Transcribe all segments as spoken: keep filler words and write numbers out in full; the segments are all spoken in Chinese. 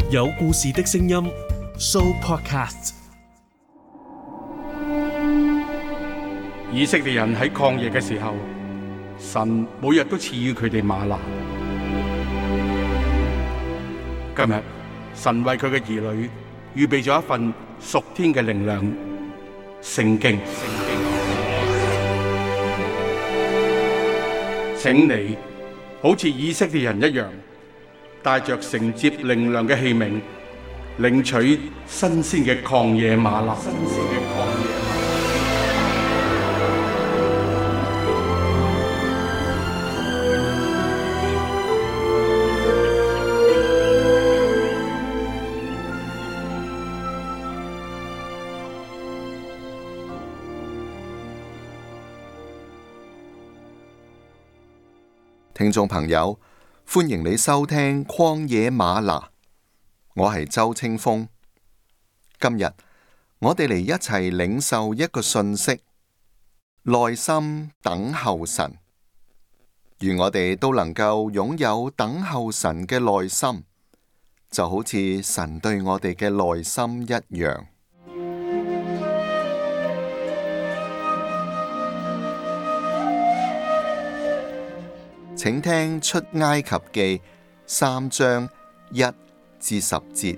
有故事的聲音 Show Podcast。 以色列人喺曠野嘅時候，神每日都賜予佢哋嗎哪。今日神為佢嘅兒女預備咗一份屬天嘅靈糧，聖經。請你好似以色列人一樣，帶着承接靈糧嘅器皿，領取新鮮嘅曠野嗎哪。 聽眾朋友，歡迎你收聽曠野嗎哪，我係周清風。今日我哋嚟一齊領受一個訊息，耐心等候神。願我哋都能夠擁有等候神嘅耐心，就好似神對我哋嘅耐心一樣。請聽出埃及記三章一至十節。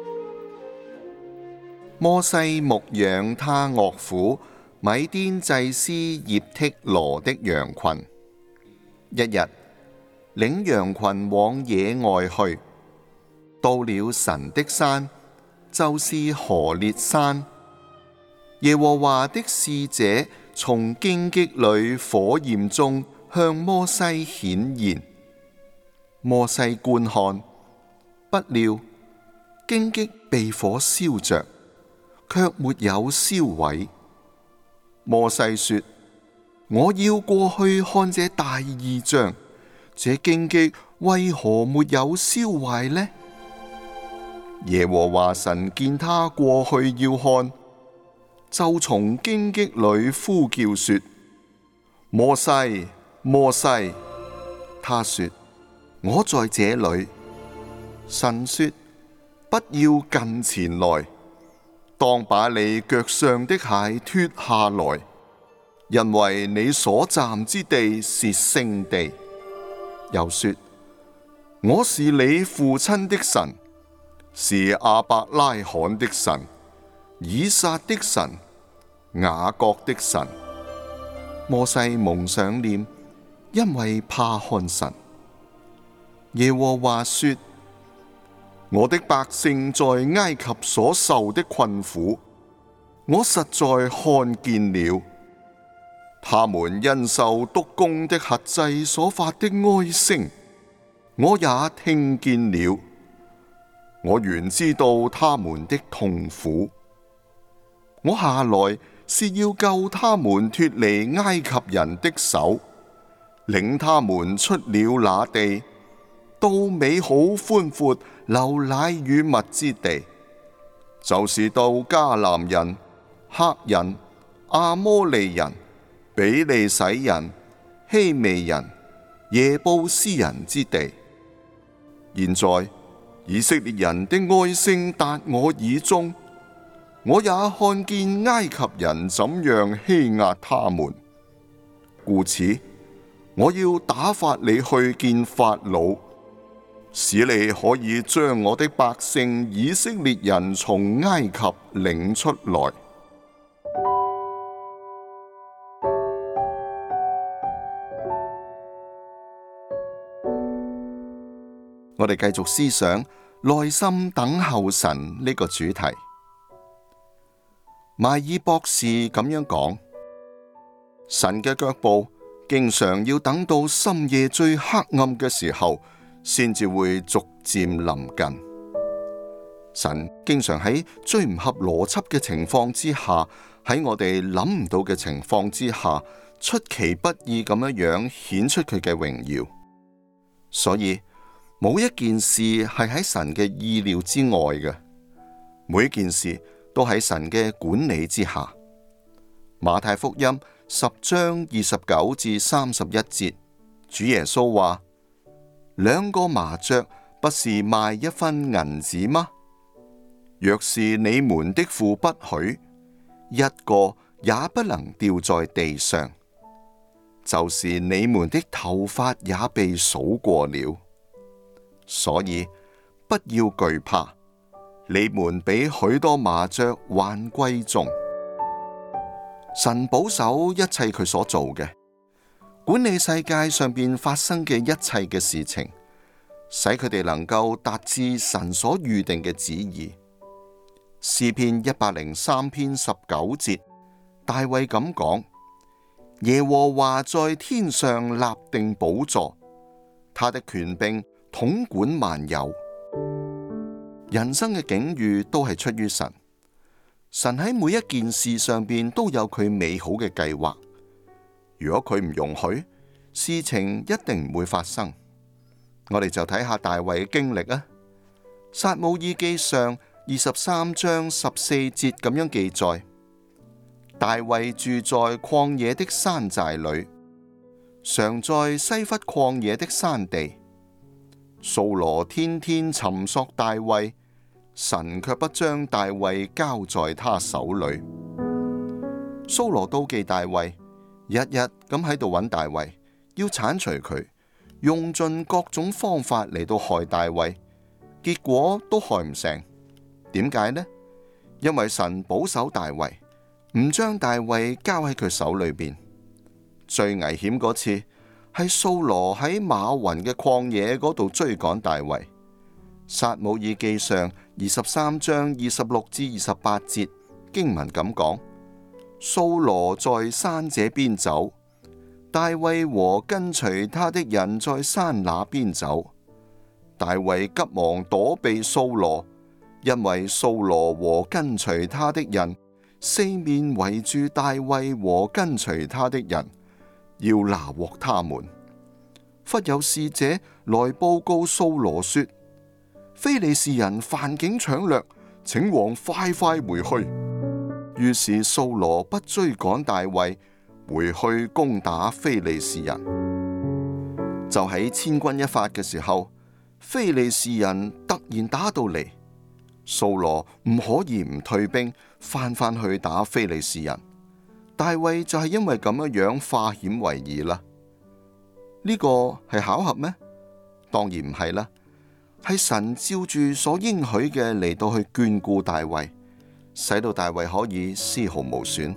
摩西牧養他岳父米甸祭司葉忒羅的羊群。一日，領羊群往野外去，到了神的山，就是何烈山。耶和華的使者從荊棘裏火焰中向摩西顯現，摩西觀看，不料荊棘被火燒着，卻沒有燒毀。摩西說：我要過去看這大異象，這荊棘為何沒有燒壞呢？耶和華神見他過去要看，就從荊棘裏呼叫說：摩西，摩西，他說：我在這裏。神說：不要近前來，當把你腳上的鞋脫下來，因為你所站之地是聖地。又說：我是你父親的神，是亞伯拉罕的神，以撒的神，雅各的神。摩西蒙上臉，因為怕看神。耶和華說：我的百姓在埃及所受的困苦，我實在看見了；他們因受督工的轄制所發的哀聲，我也聽見了。我原知道他們的痛苦，我下來是要救他們脫離埃及人的手，領他們出了那地，到美好寬闊流奶與蜜之地，就是到迦南人、赫人、阿摩利人、比利洗人、希未人、耶布斯人之地。現在以色列人的哀聲達我耳中，我也看見埃及人怎樣欺壓他們，故此我要打發你去見法老，使你可以將我的百姓以色列人從埃及領出來。我哋繼續思想耐心等候神呢個主題。邁爾博士咁樣講：神嘅腳步經常要等到深夜最黑暗嘅時候，先至會逐漸臨近。神經常喺最唔合邏輯嘅情況之下，喺我哋諗唔到嘅情況之下，出其不意咁樣樣顯出佢嘅榮耀。所以冇一件事係喺神嘅意料之外嘅，每一件事都喺神嘅管理之下。馬太福音十章二十九至三十一節，主耶穌話：兩個麻雀不是賣一分銀子嗎？若是你們的父不許，一個也不能掉在地上。就是你們的頭髮也被數過了，所以不要懼怕，你們比許多麻雀還貴重。神保守一切佢所做嘅，管理世界上邊發生嘅一切嘅事情，使佢哋能夠達至神所預定嘅旨意。詩篇一百零三篇十九節，大衛咁講：耶和華在天上立定寶座，他的權柄統管萬有。人生嘅境遇都係出於神，神喺每一件事上邊都有佢美好嘅計劃。如果佢唔容許，事情一定唔會發生。我哋就睇下大衛嘅經歷啊。撒母耳記上二十三章十四節咁樣記載：大衛住在曠野的山寨裏，常在西弗曠野的山地。掃羅天天尋索大衛，神卻不將大衛交在他手裏。掃羅妒忌大衛，日日咁喺度揾大衛，要鏟除佢，用盡各種方法嚟到害大衛，結果都害唔成。點解呢？因為神保守大衛，唔將大衛交喺佢手裏邊。最危險嗰次係掃羅喺馬雲嘅曠野嗰度追趕大衛。撒母耳記上二十三章二十六至二十八節經文咁講：掃羅在山這邊走，大衛和跟隨他的人在山那邊走。大衛急忙躲避掃羅，因為掃羅和跟隨他的人四面圍住大衛和跟隨他的人，要拿獲他們。忽有使者來報告掃羅說：非利士人犯境搶掠，請王快快回去。於是掃羅不追趕大衛，回去攻打非利士人。就喺千鈞一髮嘅時候，非利士人突然打到嚟，掃羅唔可以唔退兵，翻返去打非利士人。大衛就係因為咁樣樣化險為夷啦。呢個係巧合咩？當然唔係啦，係神照住所應許嘅嚟到去眷顧大衛，使到大衛可以絲毫無損。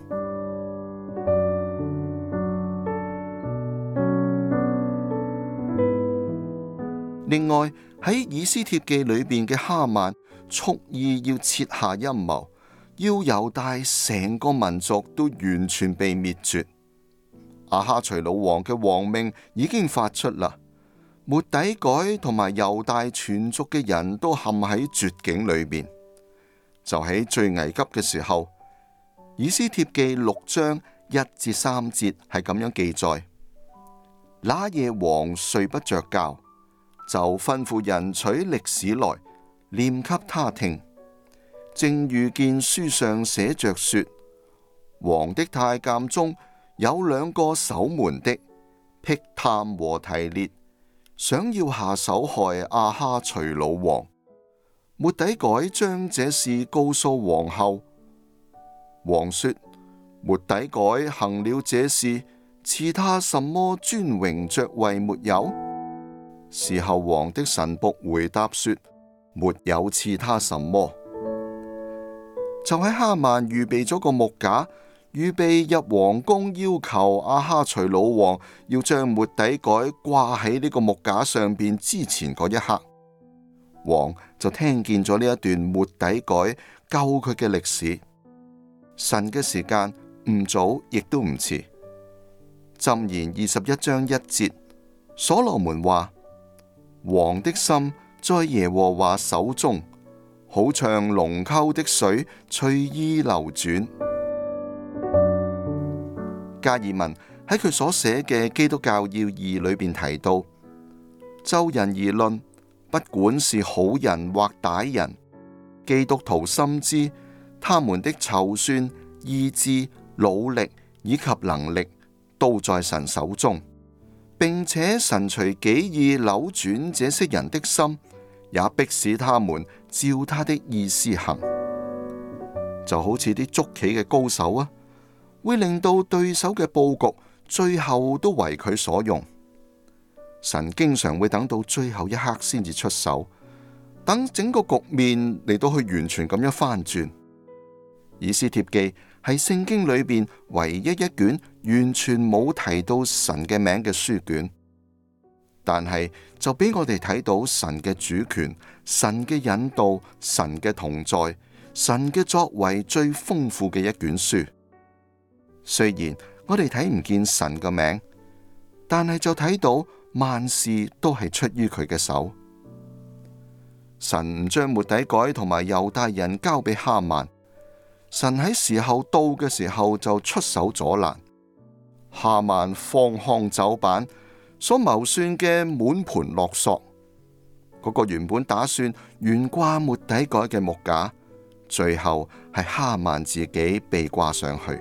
另外喺以斯帖記裏邊嘅哈曼，蓄意要設下陰謀，要猶大成個民族都完全被滅絕。亞哈隨魯王嘅王命已經發出啦，末底改同埋猶大全族嘅人都陷喺絕境裏面。就喺最危急嘅時候，以斯帖記六章一至三節係咁樣記載：那夜王睡不着覺，就吩咐人取歷史來念給他聽。正遇見書上寫着說，王的太監中有兩個守門的，辟探和提列，想要下手害亞哈隨魯王。末底改將這事告訴王後，王說：末底改行了這事，賜他什麼尊榮爵位沒有？事後王的臣僕回答說：沒有賜他什麼。就喺哈曼預備咗個木架，預備入皇宮，要求亞哈隨魯王要將末底改掛喺呢個木架上邊之前嗰一刻，王就聽見咗呢一段末底改救佢嘅歷史。神嘅時間唔早亦都唔遲。箴言二十一章一節，所羅門話：王的心在耶和華手中，好像龍溝的水隨意流轉。加爾文喺佢所寫嘅《基督教要義》裏邊提到，就人而論，不管是好人或歹人，基督徒深知他們的籌算、意志、努力以及能力都在神手中，並且神隨己意扭轉這些人的心， 也迫使他們照他的意思行。就好似啲捉棋嘅高手啊，會令到對手嘅佈局最後都為佢所用。神經常會等到最後一刻先至出手，等整個局面嚟到去完全咁樣翻轉。以斯帖記係聖經裏邊唯一一卷完全冇提到神嘅名嘅書卷，但係就俾我哋睇到神嘅主權、神嘅引導、神嘅同在、神嘅作為最豐富嘅一卷書。雖然我哋睇唔見神嘅名，但係就睇到萬事都係出於佢嘅手。神唔將末底改同埋猶大人交俾哈曼，神喺時候到嘅時候就出手阻攔。哈曼放腔走板，所謀算嘅滿盤落索，嗰、那個原本打算懸掛末底改嘅木架，最後係哈曼自己被掛上去。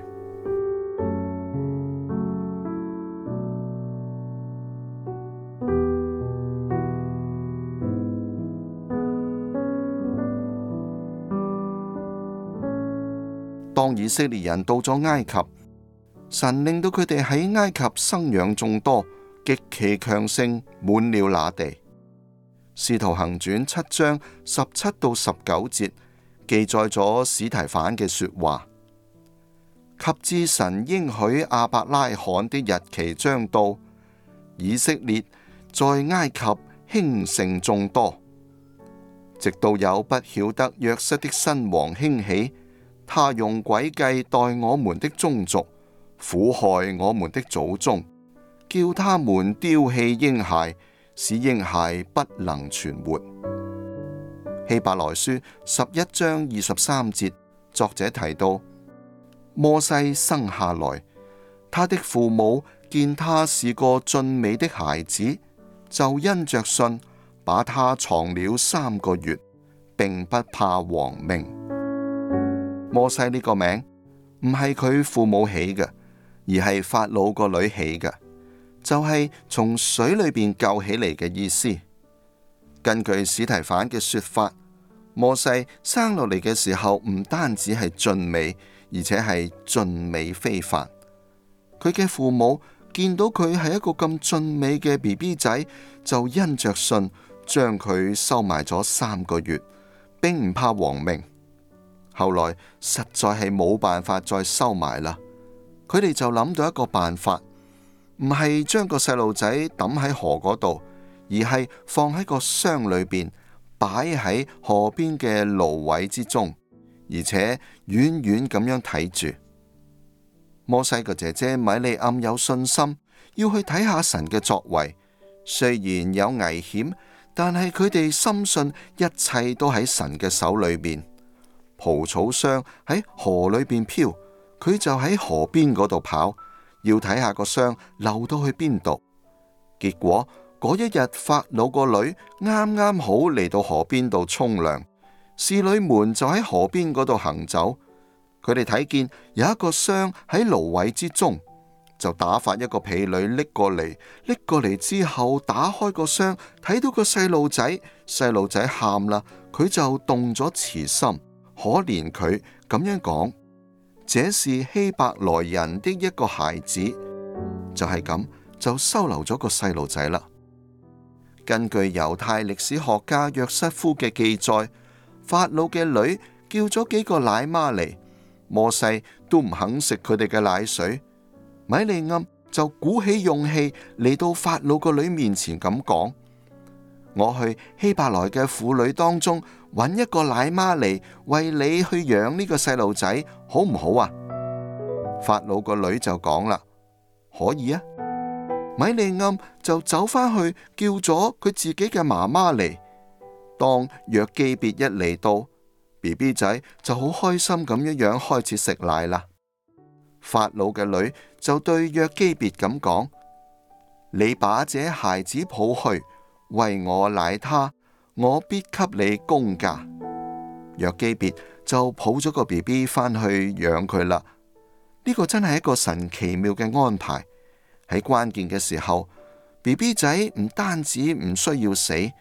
當以色列人到咗埃及，神令到佢哋喺埃及生養眾多，極其強盛，滿了那地。使徒行傳七章十七到十九節記載咗史提反嘅說話：及至神應許亞伯拉罕的日期將到，以色列在埃及興盛眾多，直到有不曉得約瑟的新王興起。他用詭計待我們的宗族，苦害我們的祖宗，叫他們丟棄嬰孩，使嬰孩不能存活。希伯來書十一章二十三節，作者提到摩西生下來，他的父母見他是個俊美的孩子，就因着信把他藏了三個月，並不怕王命。摩西呢個名唔係佢父母起嘅，而係法老個女起嘅，就係從水裏邊救起嚟嘅意思。根據史提反嘅說法，摩西生落嚟嘅時候唔單止係俊美，而且係俊美非凡。佢嘅父母見到佢係一個咁俊美嘅 B B 仔，就因着信將佢收埋咗三個月，並唔怕王命。後來實在係冇辦法再收埋啦，佢哋就諗到一個辦法，唔係將個細路仔抌喺河嗰度，而係放喺個箱裏邊，擺喺河邊嘅蘆葦之中，而且遠遠咁樣睇住。摩西個姐姐米利暗有信心，要去睇下神嘅作為，雖然有危險，但係佢哋深信一切都喺神嘅手裏邊。蒲草箱喺河裏邊飄，佢就喺河邊嗰度跑，要睇下個箱流到去邊度。結果嗰一日，法老個女啱啱好嚟到河邊度沖涼，侍女們就喺河邊嗰度行走。佢哋睇見有一個箱喺蘆葦之中，就打發一個婢女拎過嚟。拎過嚟之後，打開個箱，睇到個細路仔，細路仔喊啦，佢就動咗慈心。可憐佢，咁樣講，這是希伯來人的一個孩子，就係咁就收留咗個細路仔啦。根據猶太歷史學家約瑟夫嘅記載，法老嘅女叫咗幾個奶媽嚟，摩西都唔肯食佢哋嘅奶水，米利暗就鼓起勇氣嚟到法老個女面前咁講：我去希伯來嘅婦女當中揾一個奶媽嚟為你去養呢個細路仔，好唔好啊？法老個女就講啦：可以啊。米利暗就走返去叫咗佢自己嘅媽媽嚟。當約基別一嚟到， B B 仔就好開心咁樣樣開始食奶啦。法老嘅女就對約基別咁講：你把這孩子抱去，為我奶他，我必給你工價。約基別就抱咗個 B B 返去養佢啦。呢個真係一個神奇妙嘅安排。喺關鍵嘅時候 ，B B 仔唔單止唔需要死，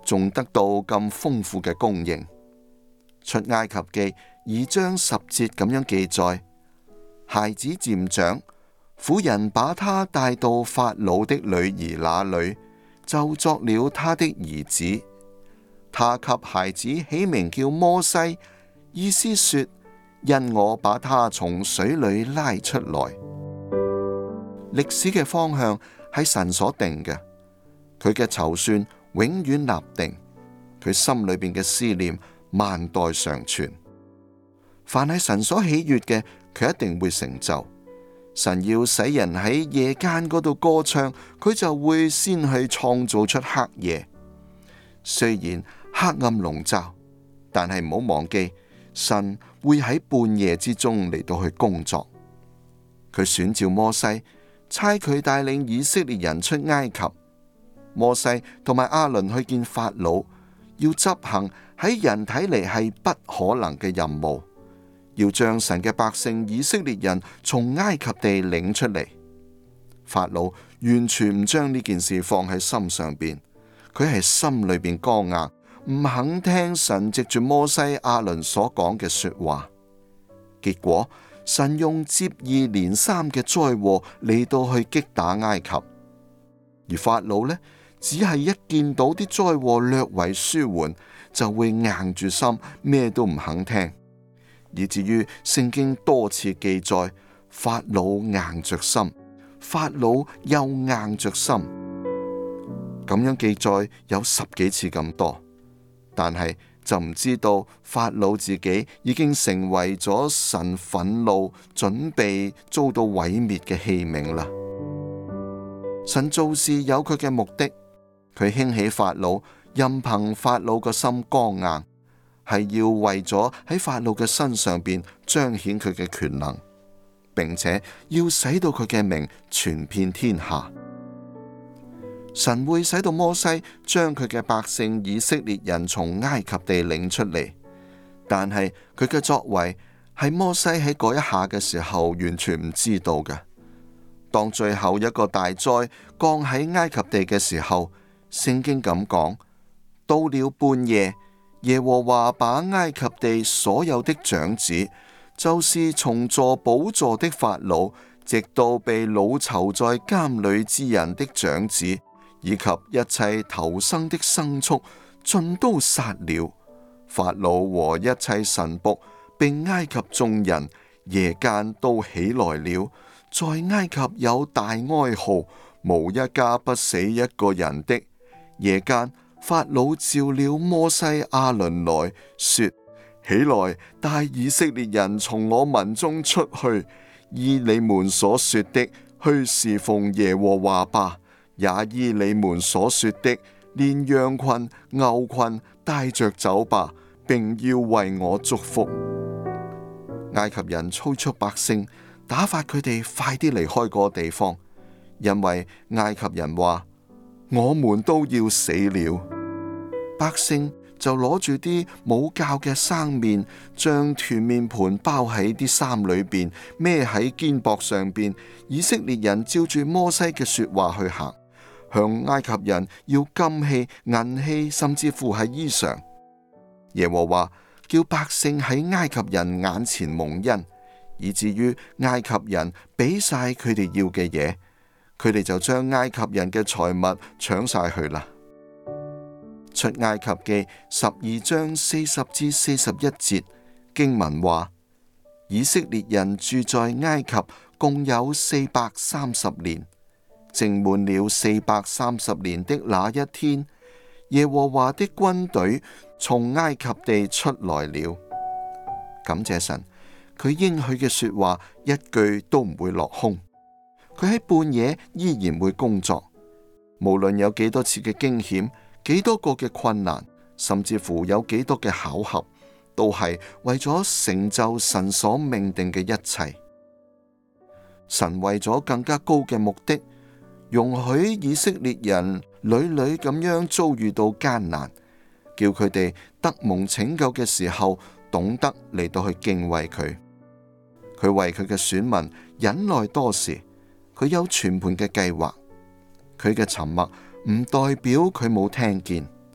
仲得到咁豐富嘅供應。出埃及記二章十節咁樣記載：孩子漸長，婦人把他帶到法老的女兒那裏，就作了他的兒子。他給孩子起名叫摩西，意思說，因我把他從水裏拉出來。歷史嘅方向係神所定嘅，佢嘅籌算永遠立定，佢心裏邊嘅思念萬代常存。凡係神所喜悅嘅，佢一定會成就。神要使人喺夜間嗰度歌唱，佢就會先去創造出黑夜。雖然黑暗籠罩，但係唔好忘記，神會喺半夜之中嚟到去工作。佢選召摩西，差佢帶領以色列人出埃及。摩西同埋亞倫去見法老，要執行喺人睇嚟係不可能嘅任務，要將神嘅百姓以色列人從埃及地領出嚟。法老完全唔將呢件事放喺心上邊，佢係心裏邊剛硬，唔肯聽神藉住摩西、亞倫所講嘅說話。結果神用接二連三嘅災禍嚟到去擊打埃及，而法老呢，只係一見到啲災禍略為舒緩，就會硬住心，咩都唔肯聽，以至於聖經多次記載法老硬着心，法老又硬着心，咁樣記載有十幾次咁多，但係就唔知道法老自己已經成為咗神憤怒、準備遭到毀滅嘅器皿啦。神做事有佢嘅目的，佢興起法老，任憑法老個心剛硬，係要為咗喺法老嘅身上邊彰顯佢嘅權能，並且要使到佢嘅名傳遍天下。神會使到摩西將佢嘅百姓以色列人從埃及地領出嚟，但係佢嘅作為係摩西喺嗰一下嘅時候完全唔知道嘅。當最後一個大災降喺埃及地嘅時候，聖經咁講：到了半夜，耶和華把埃及地所有的長子，就是從坐寶座的法老，直到被擄囚在監裏之人的長子，以及一切頭生的牲畜，盡都殺了。法老和一切臣僕，並埃及眾人，夜間都起來了。在埃及有大哀號，無一家不死一個人的。夜間，法老召了摩西、亞倫來說：起來，帶以色列人從我民中出去，依你們所說的去侍奉耶和華吧。也依你們所說的，連羊群、牛群帶着走吧，並要為我祝福。埃及人催促百姓，打發佢哋快啲離開嗰個地方，因為埃及人話：我們都要死了。百姓就攞住啲冇酵嘅生麵，將團麵盤包喺啲衫裏邊，孭喺肩膊上邊。以色列人照住摩西嘅說話去行，向埃及人要金器、銀器，甚至乎係衣裳。耶和華叫百姓喺埃及人眼前蒙恩，以至於埃及人俾晒佢哋要嘅嘢，佢哋就將埃及人嘅財物搶晒去啦。出埃及記十二章四十至四十一節經文話：以色列人住在埃及共有四百三十年。正滿了四百三十年的那一天，耶和華的軍隊從埃及地出來了。感謝神，佢應許嘅說話一句都唔會落空。佢喺半夜依然會工作，無論有幾多次嘅驚險，幾多個嘅困難，甚至乎有幾多嘅巧合，都係為咗成就神所命定嘅一切。神為咗更加高嘅目的，容許以色列人屢屢咁樣遭遇到艱難，叫佢哋得蒙拯救嘅時候，懂得嚟到去敬畏佢。佢為佢嘅選民忍耐多時，佢有全盤嘅計劃。佢嘅沉默唔代表佢冇聽見，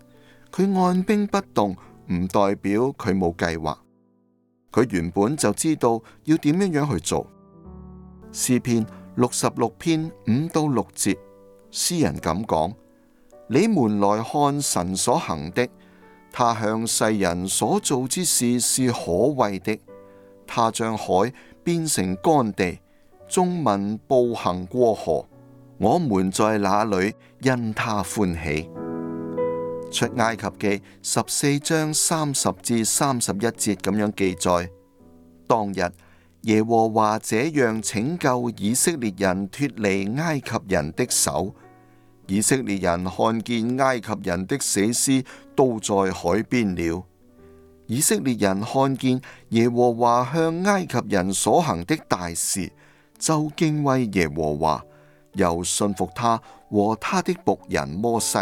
佢按兵不動，唔代表佢冇計劃。佢原本就知道要點樣樣去做。詩篇六十六篇五到六節，詩人咁講：你們來看神所行的，他向世人所做之事是可畏的。他將海變成乾地，眾民步行過河，我們在那裏因他歡喜。出埃及記十四章三十至三十一節咁樣記載：當日耶和華這樣拯救以色列人脫離埃及人的手。以色列人看見埃及人的死屍都在海邊了。以色列人看見耶和華向埃及人所行的大事，就敬畏耶和華，又信服他和他的僕人摩西。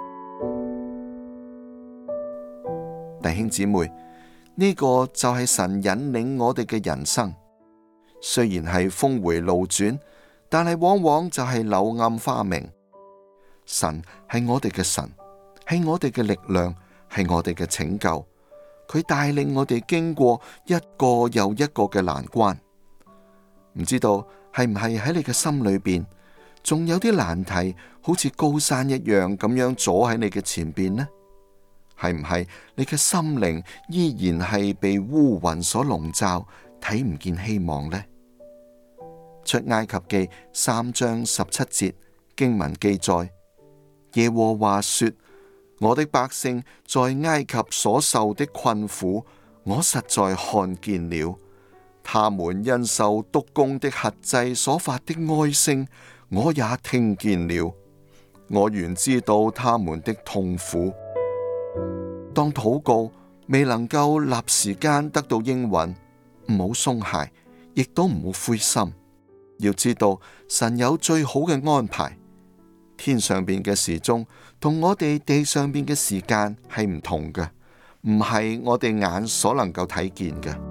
弟兄姊妹，呢個就係神引領我哋嘅人生。雖然係峰回路轉，但係往往就係柳暗花明。神係我哋嘅神，係我哋嘅力量，係我哋嘅拯救。佢帶領我哋經過一個又一個嘅難關。唔知道係唔係喺你嘅心裏邊，仲有啲難題好似高山一樣咁樣阻喺你嘅前邊呢？係唔係你嘅心靈依然係被烏雲所籠罩，睇唔見希望呢？出埃及記三章十七節經文記載：耶和華說，我的百姓在埃及所受的困苦，我實在看見了；他們因受督工的轄制所發的哀聲，我也聽見了。我原知道他們的痛苦。當禱告未能夠立時間得到應允，唔好鬆懈，亦都唔好灰心。要知道神有最好嘅安排。天上邊嘅時鐘同我哋地上邊嘅時間係唔同嘅，唔係我哋眼所能夠睇見嘅。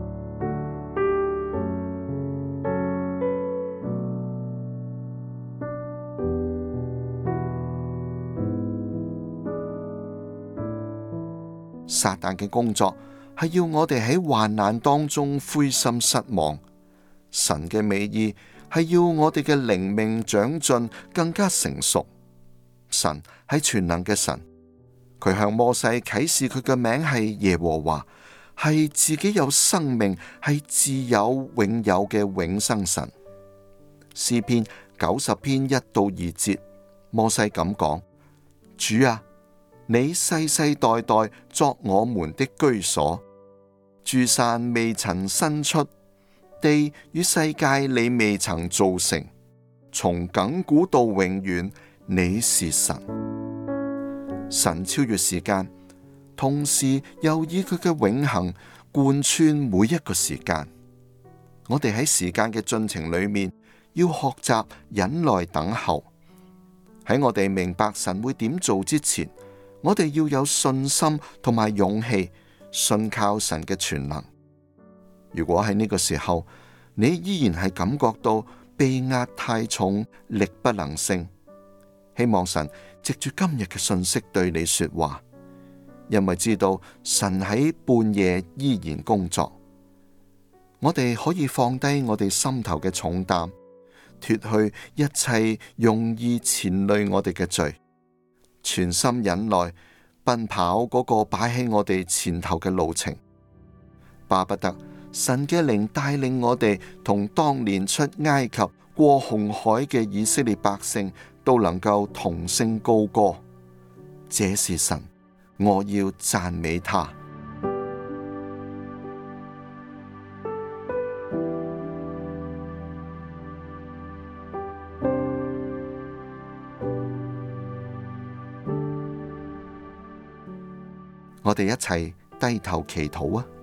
撒旦嘅工作係要我哋喺患難當中灰心失望，神嘅美意係要我哋嘅靈命長進，更加成熟。神係全能嘅神，佢向摩西啟示佢嘅名係耶和華，係自己有生命，係自有永有嘅永生神。詩篇九十篇一到二節，摩西咁講：主啊，你世世代代作我們的居所，諸山未曾生出，地與世界你未曾造成，從亙古到永遠，你是神。神超越時間，同時又以佢嘅永恆貫穿每一個時間。我哋喺時間嘅進程裏面，要學習忍耐等候。喺我哋明白神會點做之前，我哋要有信心同埋勇氣，信靠神嘅全能。如果喺呢個時候，你依然係感覺到被壓太重，力不能勝，希望神藉住今日嘅信息對你說話，因為知道神喺半夜依然工作。我哋可以放低我哋心頭嘅重擔，脫去一切容易纏累我哋嘅罪，全心忍耐，奔跑嗰個擺喺我哋前頭嘅路程。巴不得神嘅靈帶領我哋，同當年出埃及過紅海嘅以色列百姓都能夠同聲高歌。這是神，我要讚美他。我哋一齊低頭祈禱啊！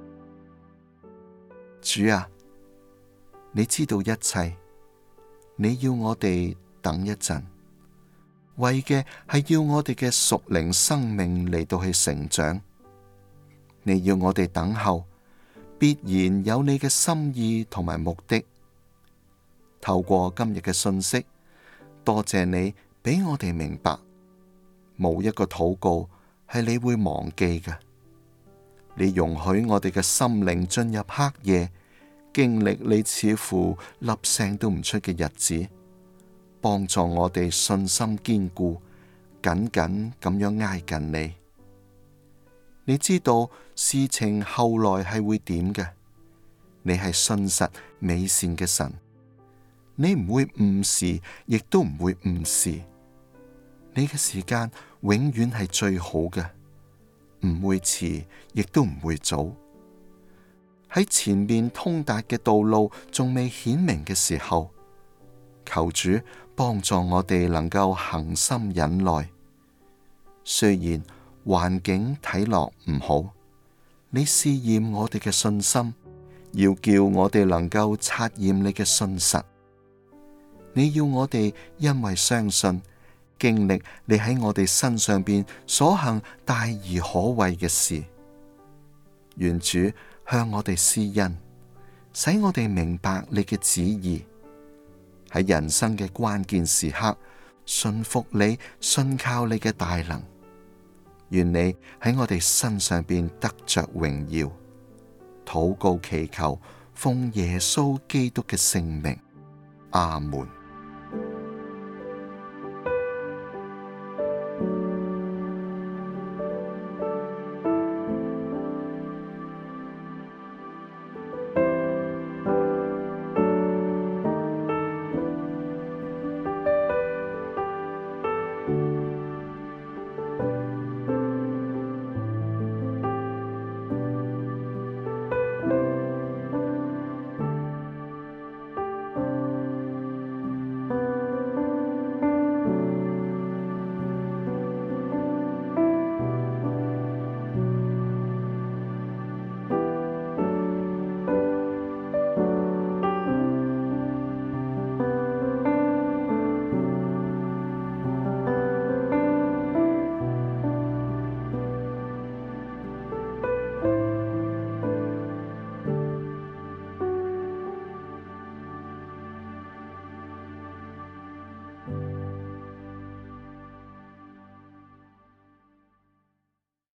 主啊，你知道一切，你要我哋等一陣，為嘅係要我哋嘅屬靈生命嚟到去成長。你要我哋等候，必然有你嘅心意同埋目的。透過今日嘅信息，多謝你俾我哋明白，冇一個禱告係你會忘記嘅。你容許我哋嘅心靈進入黑夜，經歷你似乎粒聲都唔出嘅日子，幫助我哋信心堅固，緊緊咁樣挨近你。你知道事情後來係會點嘅，你係信實美善嘅神，你唔會誤時，亦都唔會誤事。你嘅時間永遠係最好嘅，唔會遲，亦都唔會早。喺前面通達嘅道路仲未顯明嘅時候，求主幫助我哋能夠恒心忍耐。雖然環境睇落唔好，你試驗我哋嘅信心，要叫我哋能夠察驗你嘅信實。你要我哋因為相信，經歷你喺我哋身上邊所行大而可畏嘅事。願主向我哋施恩，使我哋明白你嘅旨意，喺人生嘅關鍵時刻信服你，信靠你嘅大能。願你喺我哋身上邊得着榮耀。禱告祈求，奉耶穌基督嘅聖名，阿門。